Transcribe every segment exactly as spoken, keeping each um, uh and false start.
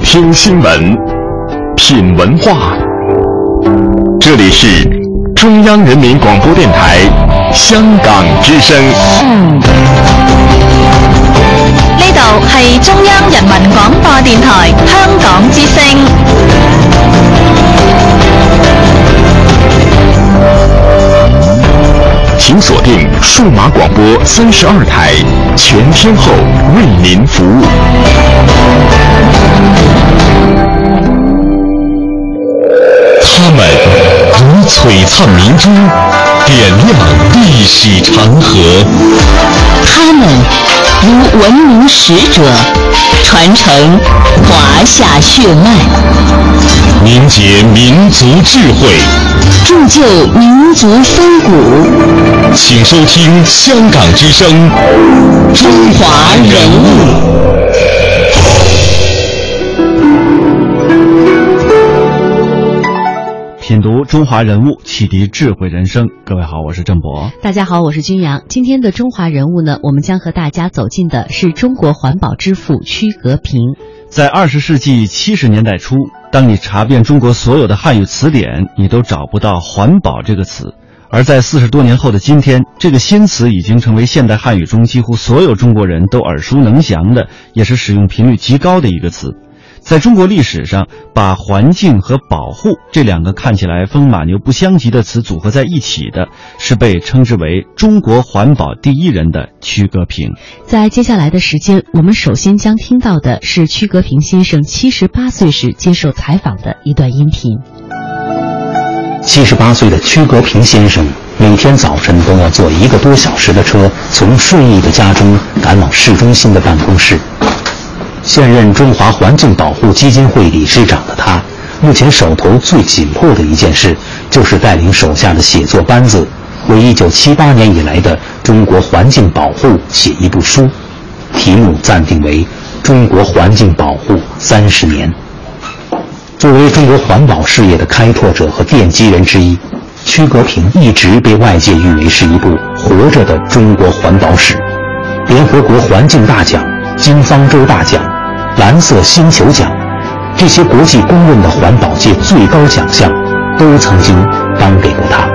听新闻，品文化。这里是中央人民广播电台香港之聲。 呢度係中央人民廣播電台香港之聲。 請鎖定數碼廣播三十二台，全天候為您服務。他們如璀璨明珠，點亮歷史長河； 他們如文明使者，傳承華夏血脈， 凝結民族智慧， 鑄就民族風骨。 請收聽香港之聲《中華人物》。 品读中华人物，启迪智慧人生。各位好，我是郑博。 大家好，我是君阳。今天的中华人物呢，我们将和大家走进的是中国环保之父屈革平。 在二十世纪七十年代初，当你查遍中国所有的汉语词典，你都找不到环保这个词。而在四十多年后的今天，这个新词已经成为现代汉语中几乎所有中国人都耳熟能详的，也是使用频率极高的一个词。在中国历史上，把环境和保护这两个看起来风马牛不相及的词组合在一起的，是被称之为中国环保第一人的屈革平。 在接下来的时间，我们首先将听到的是屈革平先生七十八岁时接受采访的一段音频。 七十八岁的屈革平先生每天早晨都要坐一个多小时的车，从顺义的家中赶往市中心的办公室。现任中华环境保护基金会理事长的他，目前手头最紧迫的一件事，就是带领手下的写作班子，为一九七八年以来的中国环境保护写一部书，题目暂定为《中国环境保护三十年》。作为中国环保事业的开拓者和奠基人之一，屈革平一直被外界誉为是一部活着的中国环保史。联合国环境大奖、金方舟大奖、蓝色星球奖，这些国际公认的环保界最高奖项都曾经颁给过他。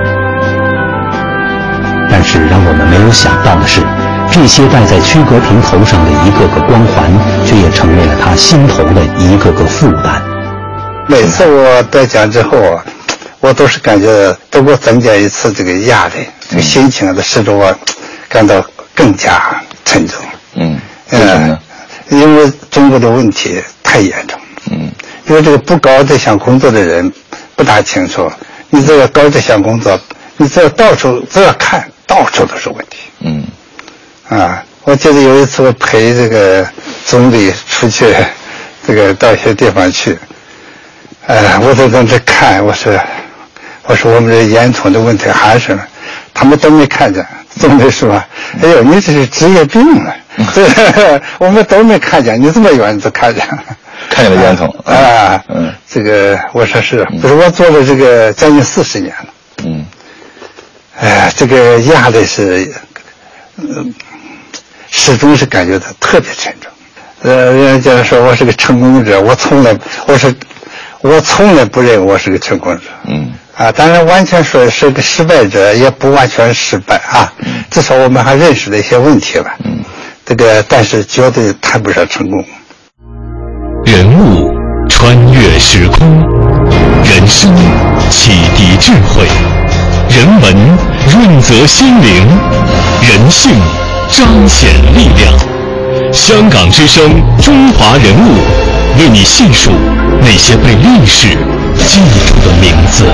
但是让我们没有想到的是，这些戴在屈革平头上的一个个光环，却也成为了他心头的一个个负担。 每次我得奖之后啊，我都是感觉都给我增加一次这个压力，这个心情啊，使得我感到更加沉重。 嗯，为什么呢？ 呃，因为中国的问题太严重。嗯，因为这个不搞这项工作的人不大清楚，你这个搞这项工作，你这到处这要看，到处都是问题。嗯，啊，我记得有一次我陪这个总理出去，这个到一些地方去。呃，我在在这看，我说，我说我们这烟囱的问题还是，他们都没看见。总理说：“哎呦，你这是职业病了，这我们都没看见，你这么远你都看见， 看见了烟囱啊。”嗯，这个我说是，不是我做了这个将近四十年了。嗯，哎、呃，这个压力是，嗯，始终是感觉到特别沉重。呃，人家说我是个成功者，我从来，我是。我从来不认为我是个成功者，嗯，啊，当然完全说是个失败者，也不完全失败啊，嗯，至少我们还认识了一些问题吧，嗯，这个但是绝对谈不上成功。 人物穿越时空，人生启迪智慧，人文润泽心灵，人性彰显力量。香港之声中华人物，为你细数那些被历史记住的名字。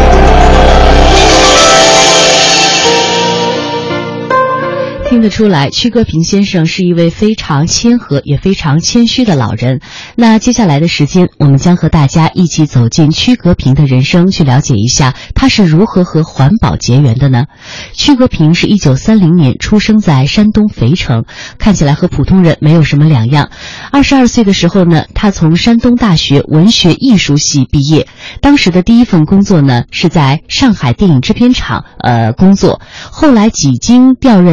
听得出来，屈革平先生是一位非常谦和也非常谦虚的老人。那接下来的时间，我们将和大家一起走进屈革平的人生，去了解一下他是如何和环保结缘的呢？屈革平是一九三零年出生在山东肥城，看起来和普通人没有什么两样。二十二岁的时候呢，他从山东大学文学艺术系毕业。当时的第一份工作呢，是在上海电影制片厂呃工作。后来几经调任呢，四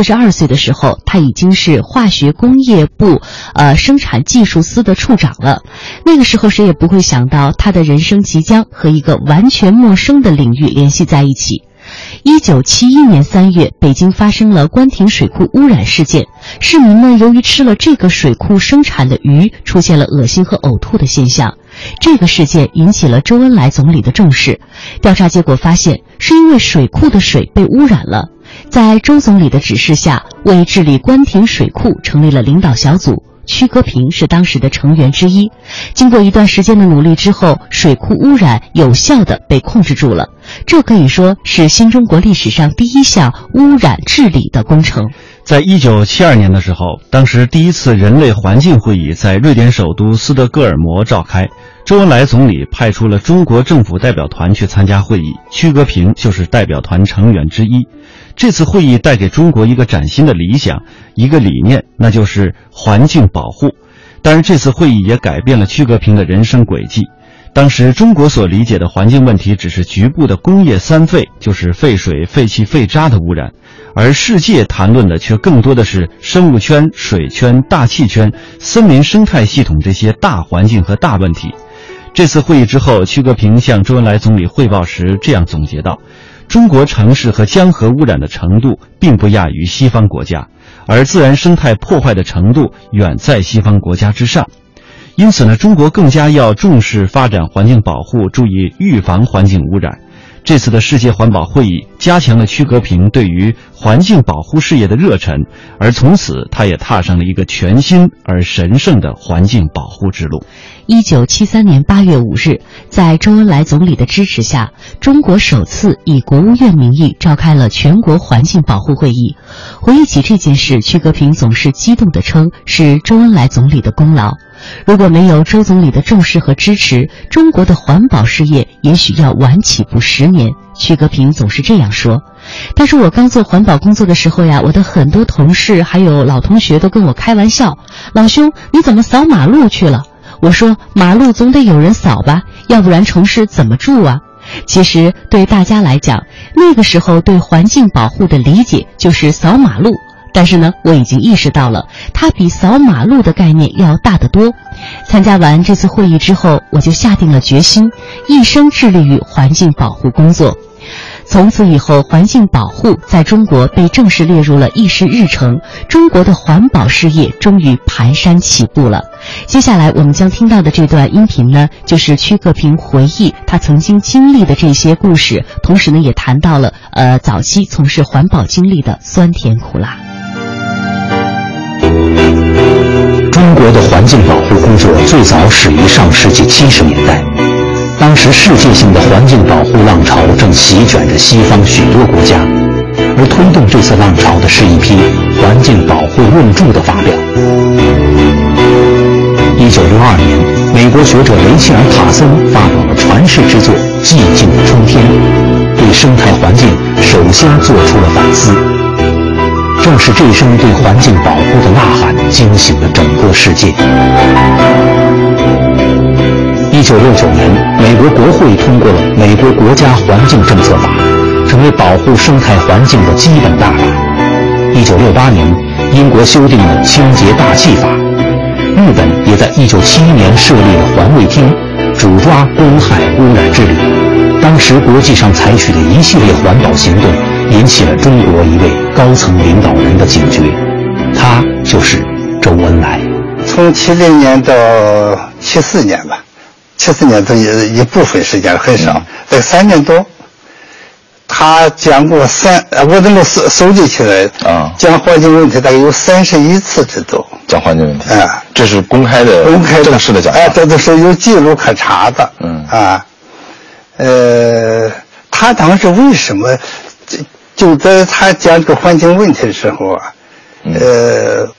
十二岁的时候，他已经是化学工业部呃生产技术司的处长了。那个时候谁也不会想到，他的人生即将和一个完全陌生的领域联系在一起。一九七一年三月，北京发生了关亭水库污染事件，市民呢由于吃了这个水库生产的鱼，出现了恶心和呕吐的现象。这个事件引起了周恩来总理的重视，调查结果发现是因为水库的水被污染了。在周总理的指示下，为治理关亭水库成立了领导小组，屈戈平是当时的成员之一。经过一段时间的努力之后，水库污染有效地被控制住了。这可以说是新中国历史上第一项污染治理的工程。 在一九七二年的时候，当时第一次人类环境会议在瑞典首都斯德哥尔摩召开，周恩来总理派出了中国政府代表团去参加会议，屈戈平就是代表团成员之一。这次会议带给中国一个崭新的理想，一个理念，那就是环境保护。当然，这次会议也改变了屈戈平的人生轨迹。当时中国所理解的环境问题只是局部的工业三废，就是废水、废气、废渣的污染，而世界谈论的却更多的是生物圈、水圈、大气圈、森林生态系统这些大环境和大问题。这次会议之后，屈戈平向周恩来总理汇报时这样总结道：中国城市和江河污染的程度并不亚于西方国家，而自然生态破坏的程度远在西方国家之上。因此呢，中国更加要重视发展环境保护，注意预防环境污染。这次的世界环保会议加强了屈戈平对于环境保护事业的热忱，而从此他也踏上了一个全新而神圣的环境保护之路。 一九七三年八月五日，在周恩来总理的支持下，中国首次以国务院名义召开了全国环境保护会议。回忆起这件事，屈戈平总是激动地称是周恩来总理的功劳。如果没有周总理的重视和支持，中国的环保事业也许要晚起步十年。屈戈平总是这样说。他说，我刚做环保工作的时候呀，我的很多同事还有老同学都跟我开玩笑，老兄你怎么扫马路去了？我说马路总得有人扫吧，要不然城市怎么住啊？其实对大家来讲，那个时候对环境保护的理解就是扫马路，但是呢，我已经意识到了，它比扫马路的概念要大得多。参加完这次会议之后，我就下定了决心，一生致力于环境保护工作。从此以后，环境保护在中国被正式列入了议事日程，中国的环保事业终于蹒跚起步了。接下来我们将听到的这段音频呢，就是屈戈平回忆他曾经经历的这些故事，同时呢也谈到了呃早期从事环保经历的酸甜苦辣。 中国的环境保护工作最早始于上世纪七十年代，当时世界性的环境保护浪潮正席卷着西方许多国家，而推动这次浪潮的是一批环境保护论著的发表。一九六二年，美国学者雷切尔·塔森发表了传世之作《寂静的春天》，对生态环境首先做出了反思。正是这声对环境保护的呐喊惊醒了整个世界。一九六九年，美国国会通过了《美国国家环境政策法》，成为保护生态环境的基本大法。一九六八年，英国修订了《清洁大气法》。日本也在一九七一年设立了环卫厅，主抓公害污染治理。当时国际上采取的一系列环保行动，引起了中国一位高层领导人的警觉，他就是周恩来。 从七零年到七四年吧，七四年都一部分时间很少，在三年多，他讲过三，我这么搜搜集起来啊，讲环境问题大概有三十一次之多。 讲环境问题啊， 这是公开的、 公开的正式的讲话， 哎，这都是有记录可查的。 嗯啊，呃，他当时为什么就就在他讲这个环境问题的时候啊，呃，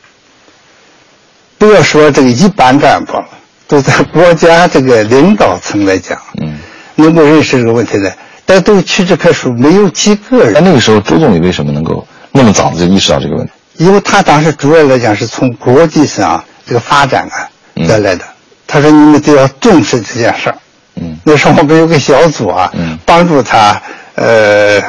不要说这个一般干部了，都在国家这个领导层来讲， 嗯， 能够认识这个问题的，但都屈指可数，没有几个人。 那那个时候，周总理为什么能够那么早就意识到这个问题？ 因为他当时主要来讲是从国际上这个发展啊得来的。嗯、他说：“你们都要重视这件事儿。”嗯，那时候我们有个小组啊，嗯、帮助他呃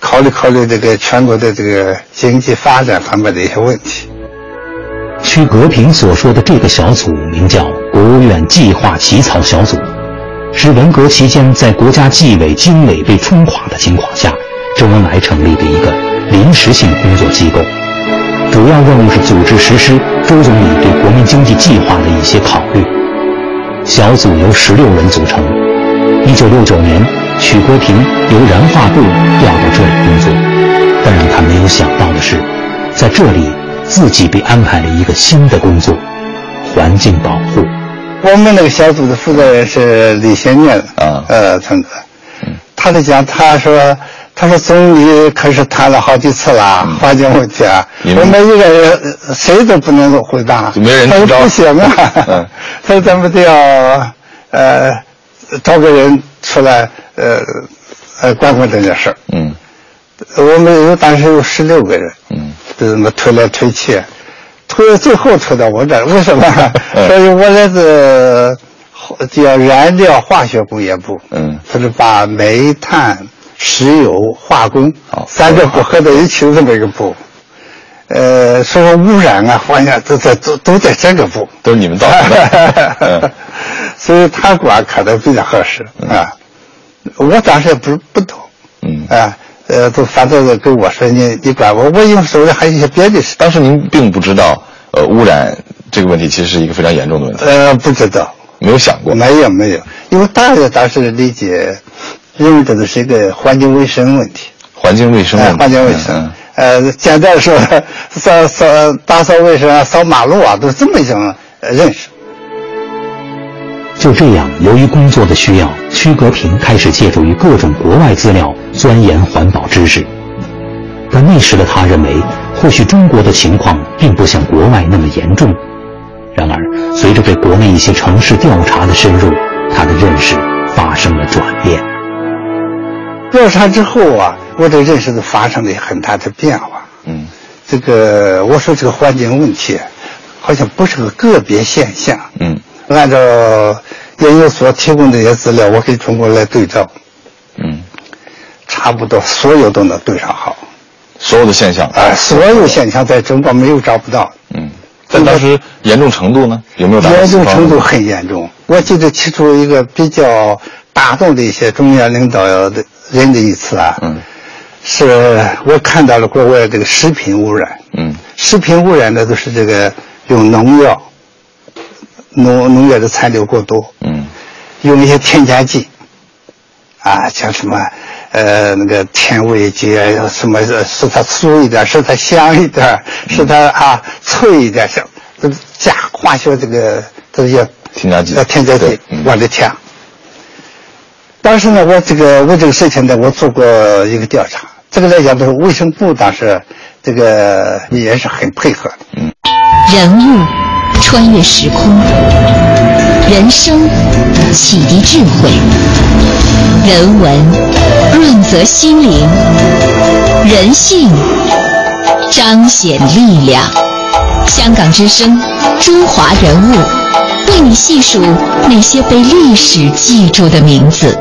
考虑考虑这个全国的这个经济发展方面的一些问题。 屈革平所说的这个小组名叫国务院计划起草小组，是文革期间在国家纪委经委被冲垮的情况下，周恩来成立的一个临时性工作机构，主要任务是组织实施周总理对国民经济计划的一些考虑。小组由十六人组成。一九六九年，曲革平由燃化部调到这里工作，但让他没有想到的是，在这里自己被安排了一个新的工作——环境保护。 我们那个小组的负责人是李先念啊，呃，陈哥，他在讲，他说，他说总理可是谈了好几次了，嗯、环境问题啊，我们一个人谁都不能够回答， 没人他说不行啊，嗯、他说咱们得要呃找个人出来呃呃管管这件事儿。嗯，我们有当时有十六个人，嗯，就这么推来推去。推最后推到我这儿，为什么？所以我来自叫燃料化学工业部，嗯，它是把煤炭、石油、化工三个部合在一起的这么一个部。呃，所以说污染啊、环境都在都都在这个部， 都是你们造的。嗯、 所以他管可能比较合适啊。我当时也不不懂，嗯啊。呃，都反正跟我说你你管我，我有时候还有一些别的事。 当时您并不知道，呃，污染这个问题其实是一个非常严重的问题。 呃，不知道， 没有想过。 没有没有，因为大家当时理解，认为这个是一个环境卫生问题。 环境卫生问题。 呃、环境卫生。嗯嗯、呃，简单说，扫扫打扫卫生啊，扫马路啊，都是这么一种认识。 就这样，由于工作的需要，屈革平开始借助于各种国外资料钻研环保知识。但那时的他认为，或许中国的情况并不像国外那么严重。然而，随着对国内一些城市调查的深入，他的认识发生了转变。 调查之后啊，我的认识都发生了很大的变化。嗯，这个我说这个环境问题，好像不是个个别现象。嗯。按照研究所提供的这些资料，我给中国来对照，嗯，差不多所有都能对上号。 所有的现象， 啊、呃，所有现象在中国没有找不到。 嗯，但当时严重程度呢？有没有达到？ 严重程度很严重。我记得提出一个比较打动的一些中央领导的人的一次啊，嗯，是我看到了国外这个食品污染。嗯，食品污染的都是这个用农药。农农业的残留过多，嗯，用一些添加剂，啊，像什么呃那个甜味剂啊，什么使它酥一点，使它香一点，使它啊脆一点，像这加化学这个这些添加剂， 呃添加剂往里添。当时呢，我这个我这个事情呢，我做过一个调查，这个来讲，都是卫生部当时这个也是很配合的。嗯， 人物。穿越时空，人生启迪智慧，人文润泽心灵，人性彰显力量。香港之声，中华人物，为你细数那些被历史记住的名字。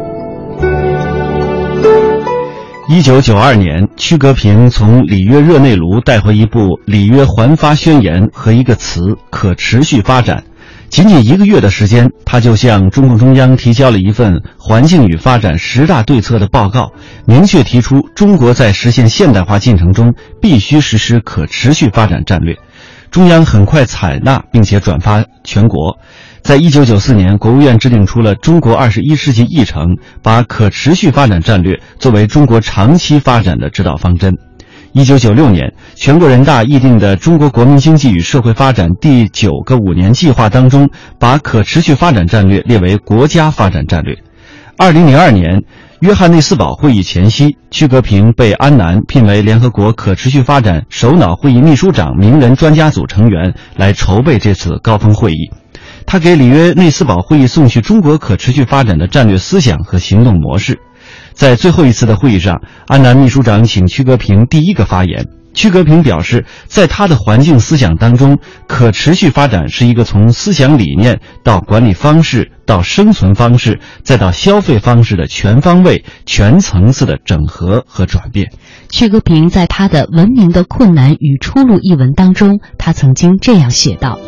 一九九二年，屈革平从里约热内卢带回一部《里约环发宣言》和一个词“可持续发展”。仅仅一个月的时间，他就向中共中央提交了一份环境与发展十大对策的报告，明确提出中国在实现现代化进程中必须实施可持续发展战略。中央很快采纳并且转发全国。在一九九四年，国务院制定出了中国二十一世纪议程，把可持续发展战略作为中国长期发展的指导方针。一九九六年，全国人大议定的中国国民经济与社会发展第九个五年计划当中，把可持续发展战略列为国家发展战略。二零零二年，约翰内斯堡会议前夕，屈革平被安南聘为联合国可持续发展首脑会议秘书长名人专家组成员，来筹备这次高峰会议。他给里约内斯堡会议送去中国可持续发展的战略思想和行动模式。在最后一次的会议上，安南秘书长请屈革平第一个发言。 屈革平表示，在他的环境思想当中，可持续发展是一个从思想理念到管理方式到生存方式再到消费方式的全方位、全层次的整合和转变。 屈革平在他的《文明的困难与出路》一文当中，他曾经这样写道：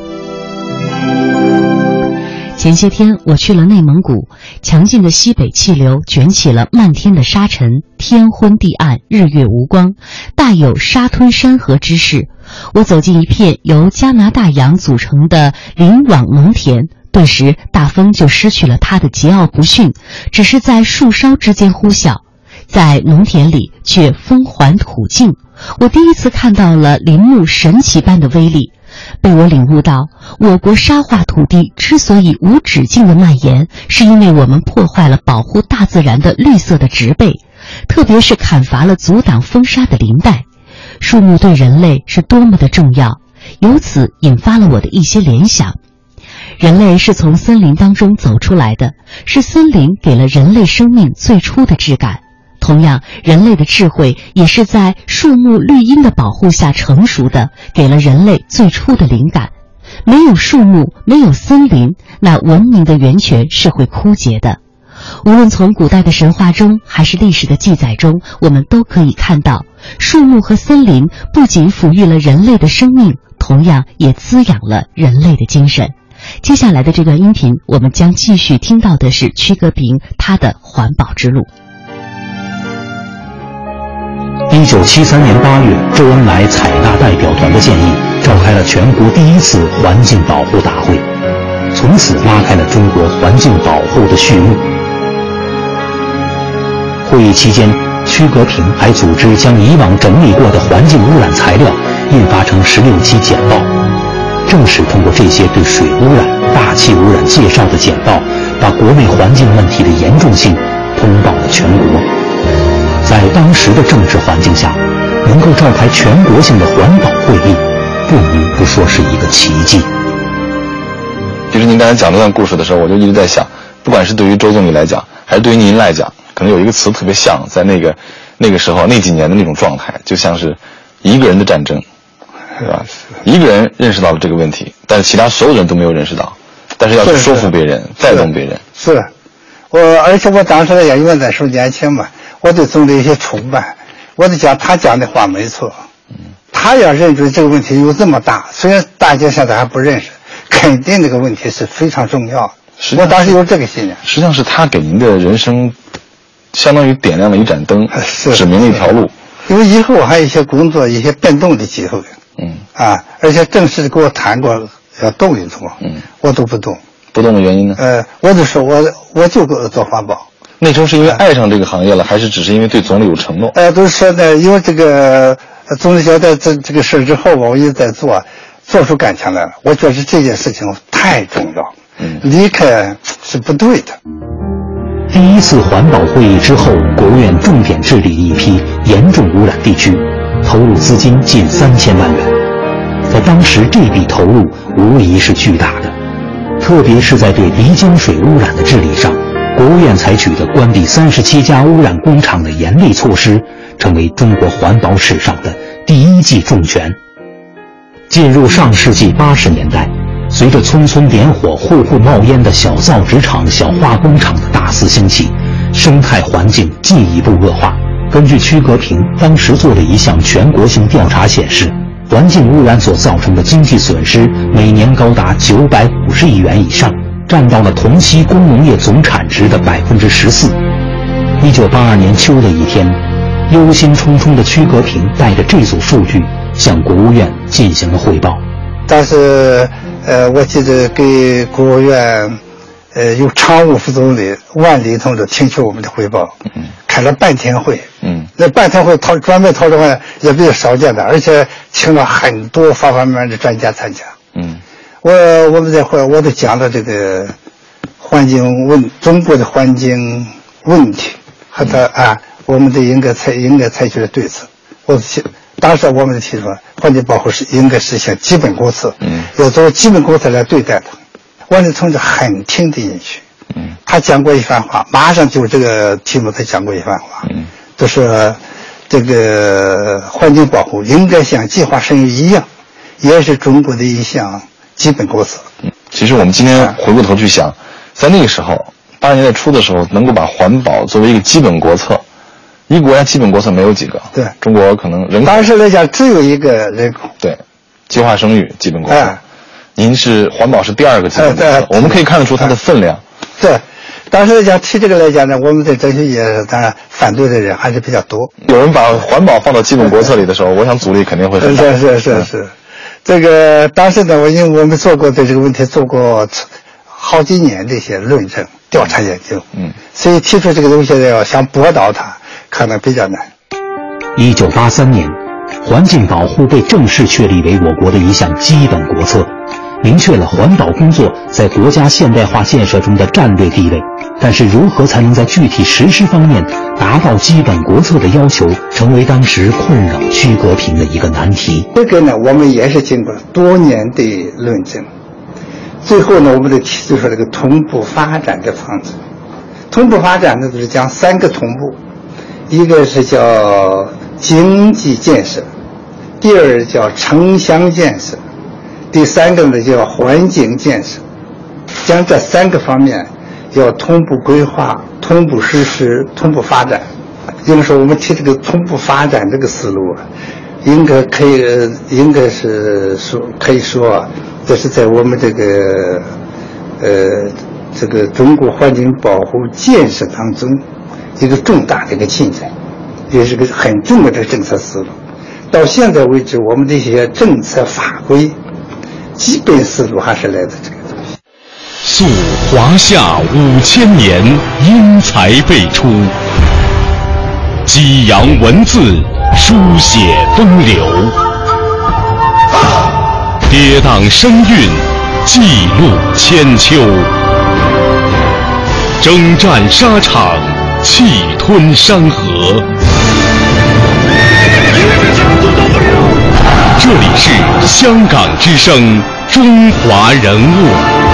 前些天我去了内蒙古，强劲的西北气流卷起了漫天的沙尘，天昏地暗，日月无光，大有沙吞山河之势。我走进一片由加拿大羊组成的林网农田，顿时大风就失去了它的桀骜不驯，只是在树梢之间呼啸，在农田里却风缓土静。我第一次看到了林木神奇般的威力，被我领悟到，我国沙化土地之所以无止境的蔓延，是因为我们破坏了保护大自然的绿色的植被，特别是砍伐了阻挡风沙的林带。树木对人类是多么的重要，由此引发了我的一些联想。人类是从森林当中走出来的，是森林给了人类生命最初的质感。同样，人类的智慧也是在树木绿荫的保护下成熟的，给了人类最初的灵感。没有树木，没有森林，那文明的源泉是会枯竭的。无论从古代的神话中还是历史的记载中，我们都可以看到，树木和森林不仅抚育了人类的生命，同样也滋养了人类的精神。接下来的这段音频，我们将继续听到的是屈革平他的环保之路。 一九七三年八月，周恩来采纳代表团的建议，召开了全国第一次环境保护大会，从此拉开了中国环境保护的序幕。会议期间，屈革平还组织将以往整理过的环境污染材料印发成十六期简报。正是通过这些对水污染、大气污染介绍的简报，把国内环境问题的严重性通报了全国。在当时的政治环境下，能够召开全国性的环保会议，不能不说是一个奇迹。 其实您刚才讲这段故事的时候，我就一直在想，不管是对于周总理来讲，还是对于您来讲，可能有一个词特别像，在那个那个时候那几年的那种状态，就像是一个人的战争，对吧？一个人认识到了这个问题，但是其他所有人都没有认识到，但是要去说服别人，带动别人。 是，我而且我当时也因为那时候年轻嘛，我对总理有些崇拜，我就讲他讲的话没错，嗯，他要认准这个问题有这么大，虽然大家现在还不认识，肯定这个问题是非常重要的。我当时有这个信念。 实际上是他给您的人生，相当于点亮了一盏灯，指明了一条路。 因为以后还有一些工作、一些变动的机会，嗯啊，而且正式跟我谈过要动一动，嗯，我都不动。 不动的原因呢？ 呃，我就说我我就做环保。 那时候是因为爱上这个行业了，还是只是因为对总理有承诺？ 呃，都是说呢，因为这个总理交代这这个事之后吧，我一直在做，做出感情来了。我觉得这件事情太重要，嗯，离开是不对的。 第一次环保会议之后，国务院重点治理一批严重污染地区，投入资金近三千万元。在当时，这笔投入无疑是巨大的，特别是在对漓江水污染的治理上。国务院采取的关闭三十七家污染工厂的严厉措施，成为中国环保史上的第一记重拳。进入上世纪八十年代，随着村村点火、户户冒烟的小造纸厂、小化工厂的大肆兴起，生态环境进一步恶化。根据屈革平当时做的一项全国性调查显示，环境污染所造成的经济损失每年高达九百五十亿元以上。占到了同期工农业总产值的百分之十四。一九八二年秋的一天，忧心忡忡的屈革平带着这组数据向国务院进行了汇报。 但是，呃，我记得给国务院，呃，由常务副总理万里同志听取我们的汇报，嗯，开了半天会，嗯，那半天会讨专门讨论会也比较少见的，而且请了很多方方面面的专家参加，嗯。我我们在会我都讲了这个环境问中国的环境问题和他啊，我们得应该采应该采取的对策。我当时我们提出环境保护是应该实行基本公司，嗯，要作为基本公司来对待它。万里同志很听得进去，嗯，他讲过一番话，马上就这个题目他讲过一番话，嗯，就是这个环境保护应该像计划生育一样，也是中国的一项基本国策。 嗯，其实我们今天回过头去想，在那个时候，八十年代初的时候，能够把环保作为一个基本国策，一个国家基本国策没有几个。 对， 中国可能人口当时来讲只有一个人口。 对，计划生育基本国策。 哎， 您是环保是第二个基本国策， 哎、 我们可以看得出它的分量。 对。当时来讲，提这个来讲呢，我们在哲学界当然反对的人还是比较多。 有人把环保放到基本国策里的时候，我想阻力肯定会很大。 是是是是，这个当时呢，我因为我们做过对这个问题做过好几年的一些论证、调查研究，嗯，所以提出这个东西要想驳倒它，可能比较难。 一九八三年，环境保护被正式确立为我国的一项基本国策。明确了环保工作在国家现代化建设中的战略地位，但是如何才能在具体实施方面达到基本国策的要求，成为当时困扰区革平的一个难题。 这个呢，我们也是经过多年的论证，最后呢，我们就提出了这个同步发展的方针。同步发展呢，就是讲三个同步，一个是叫经济建设，第二叫城乡建设，第三个呢叫环境建设，将这三个方面要同步规划、同步实施、同步发展。应该说，我们提这个同步发展这个思路啊，应该可以，应该是说可以说啊，这是在我们这个呃这个中国环境保护建设当中一个重大的一个进展，也是个很重要的政策思路。到现在为止，我们这些政策法规基本思路还是来自这个东西。 溯华夏五千年，英才辈出；激扬文字，书写风流；跌宕声韵，记录千秋；征战沙场，气吞山河。这里是香港之声，中华人物。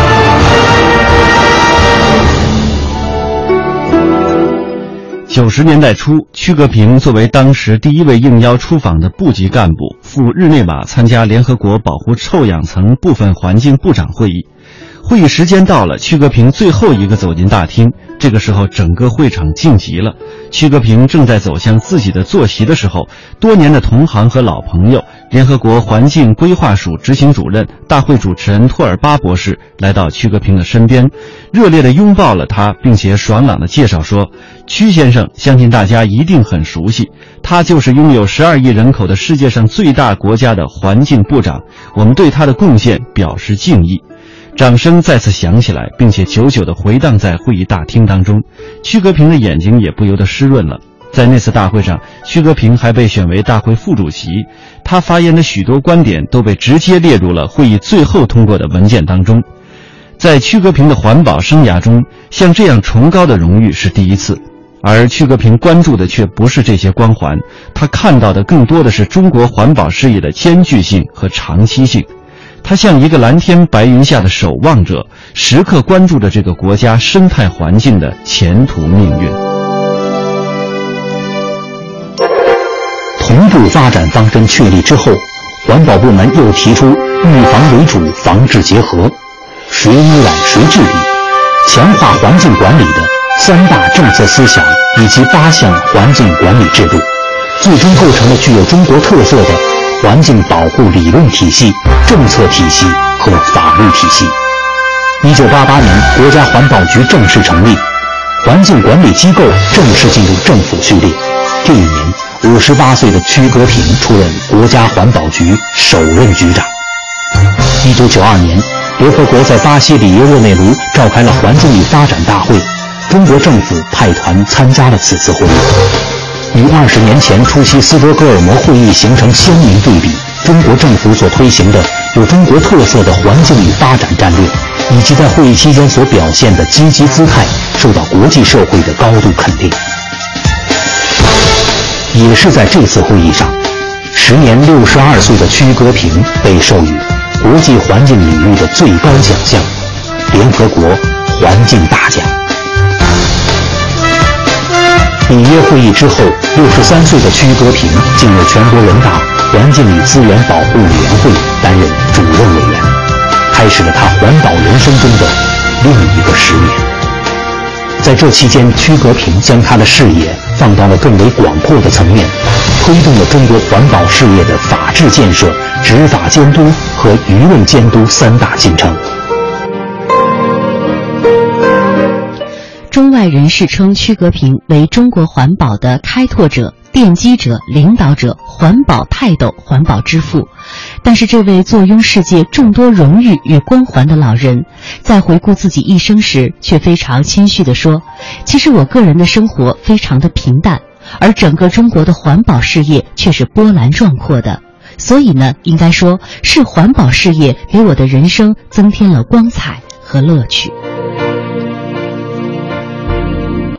九十年代初，区革平作为当时第一位应邀出访的部级干部，赴日内瓦参加联合国保护臭氧层部分环境部长会议。会议时间到了，区革平最后一个走进大厅。这个时候，整个会场静极了。区革平正在走向自己的坐席的时候，多年的同行和老朋友，联合国环境规划署执行主任、大会主持人托尔巴博士来到区革平的身边，热烈地拥抱了他，并且爽朗地介绍说：“区先生，相信大家一定很熟悉，他就是拥有十二亿人口的世界上最大国家的环境部长，我们对他的贡献表示敬意。”掌声再次响起来，并且久久地回荡在会议大厅当中。区革平的眼睛也不由得湿润了。在那次大会上，区革平还被选为大会副主席，他发言的许多观点都被直接列入了会议最后通过的文件当中。在区革平的环保生涯中，像这样崇高的荣誉是第一次，而区革平关注的却不是这些光环，他看到的更多的是中国环保事业的艰巨性和长期性。他像一个蓝天白云下的守望者，时刻关注着这个国家生态环境的前途命运。 同步发展方针确立之后，环保部门又提出预防为主，防治结合，谁污染谁治理，强化环境管理的三大政策思想以及八项环境管理制度，最终构成了具有中国特色的环境保护理论体系、政策体系和法律体系。一九八八年，国家环保局正式成立，环境管理机构正式进入政府序列。这一年，五十八岁的区革平出任国家环保局首任局长。一九九二年，联合国在巴西里约热内卢召开了环境与发展大会，中国政府派团参加了此次会议。与二十年前出席斯德哥尔摩会议形成鲜明对比，中国政府所推行的有中国特色的环境与发展战略，以及在会议期间所表现的积极姿态，受到国际社会的高度肯定。也是在这次会议上，时年六十二岁的区革平被授予国际环境领域的最高奖项——联合国环境大奖。 里约会议之后，六十三岁的曲革平进入全国人大环境与资源保护委员会担任主任委员，开始了他环保人生中的另一个十年。在这期间，曲革平将他的视野放到了更为广阔的层面，推动了中国环保事业的法治建设、执法监督和舆论监督三大进程。 中外人士称曲革平为中国环保的开拓者、奠基者、领导者、环保泰斗、环保之父。但是这位坐拥世界众多荣誉与光环的老人，在回顾自己一生时，却非常谦虚地说：其实我个人的生活非常的平淡，而整个中国的环保事业却是波澜壮阔的。所以呢，应该说是环保事业给我的人生增添了光彩和乐趣。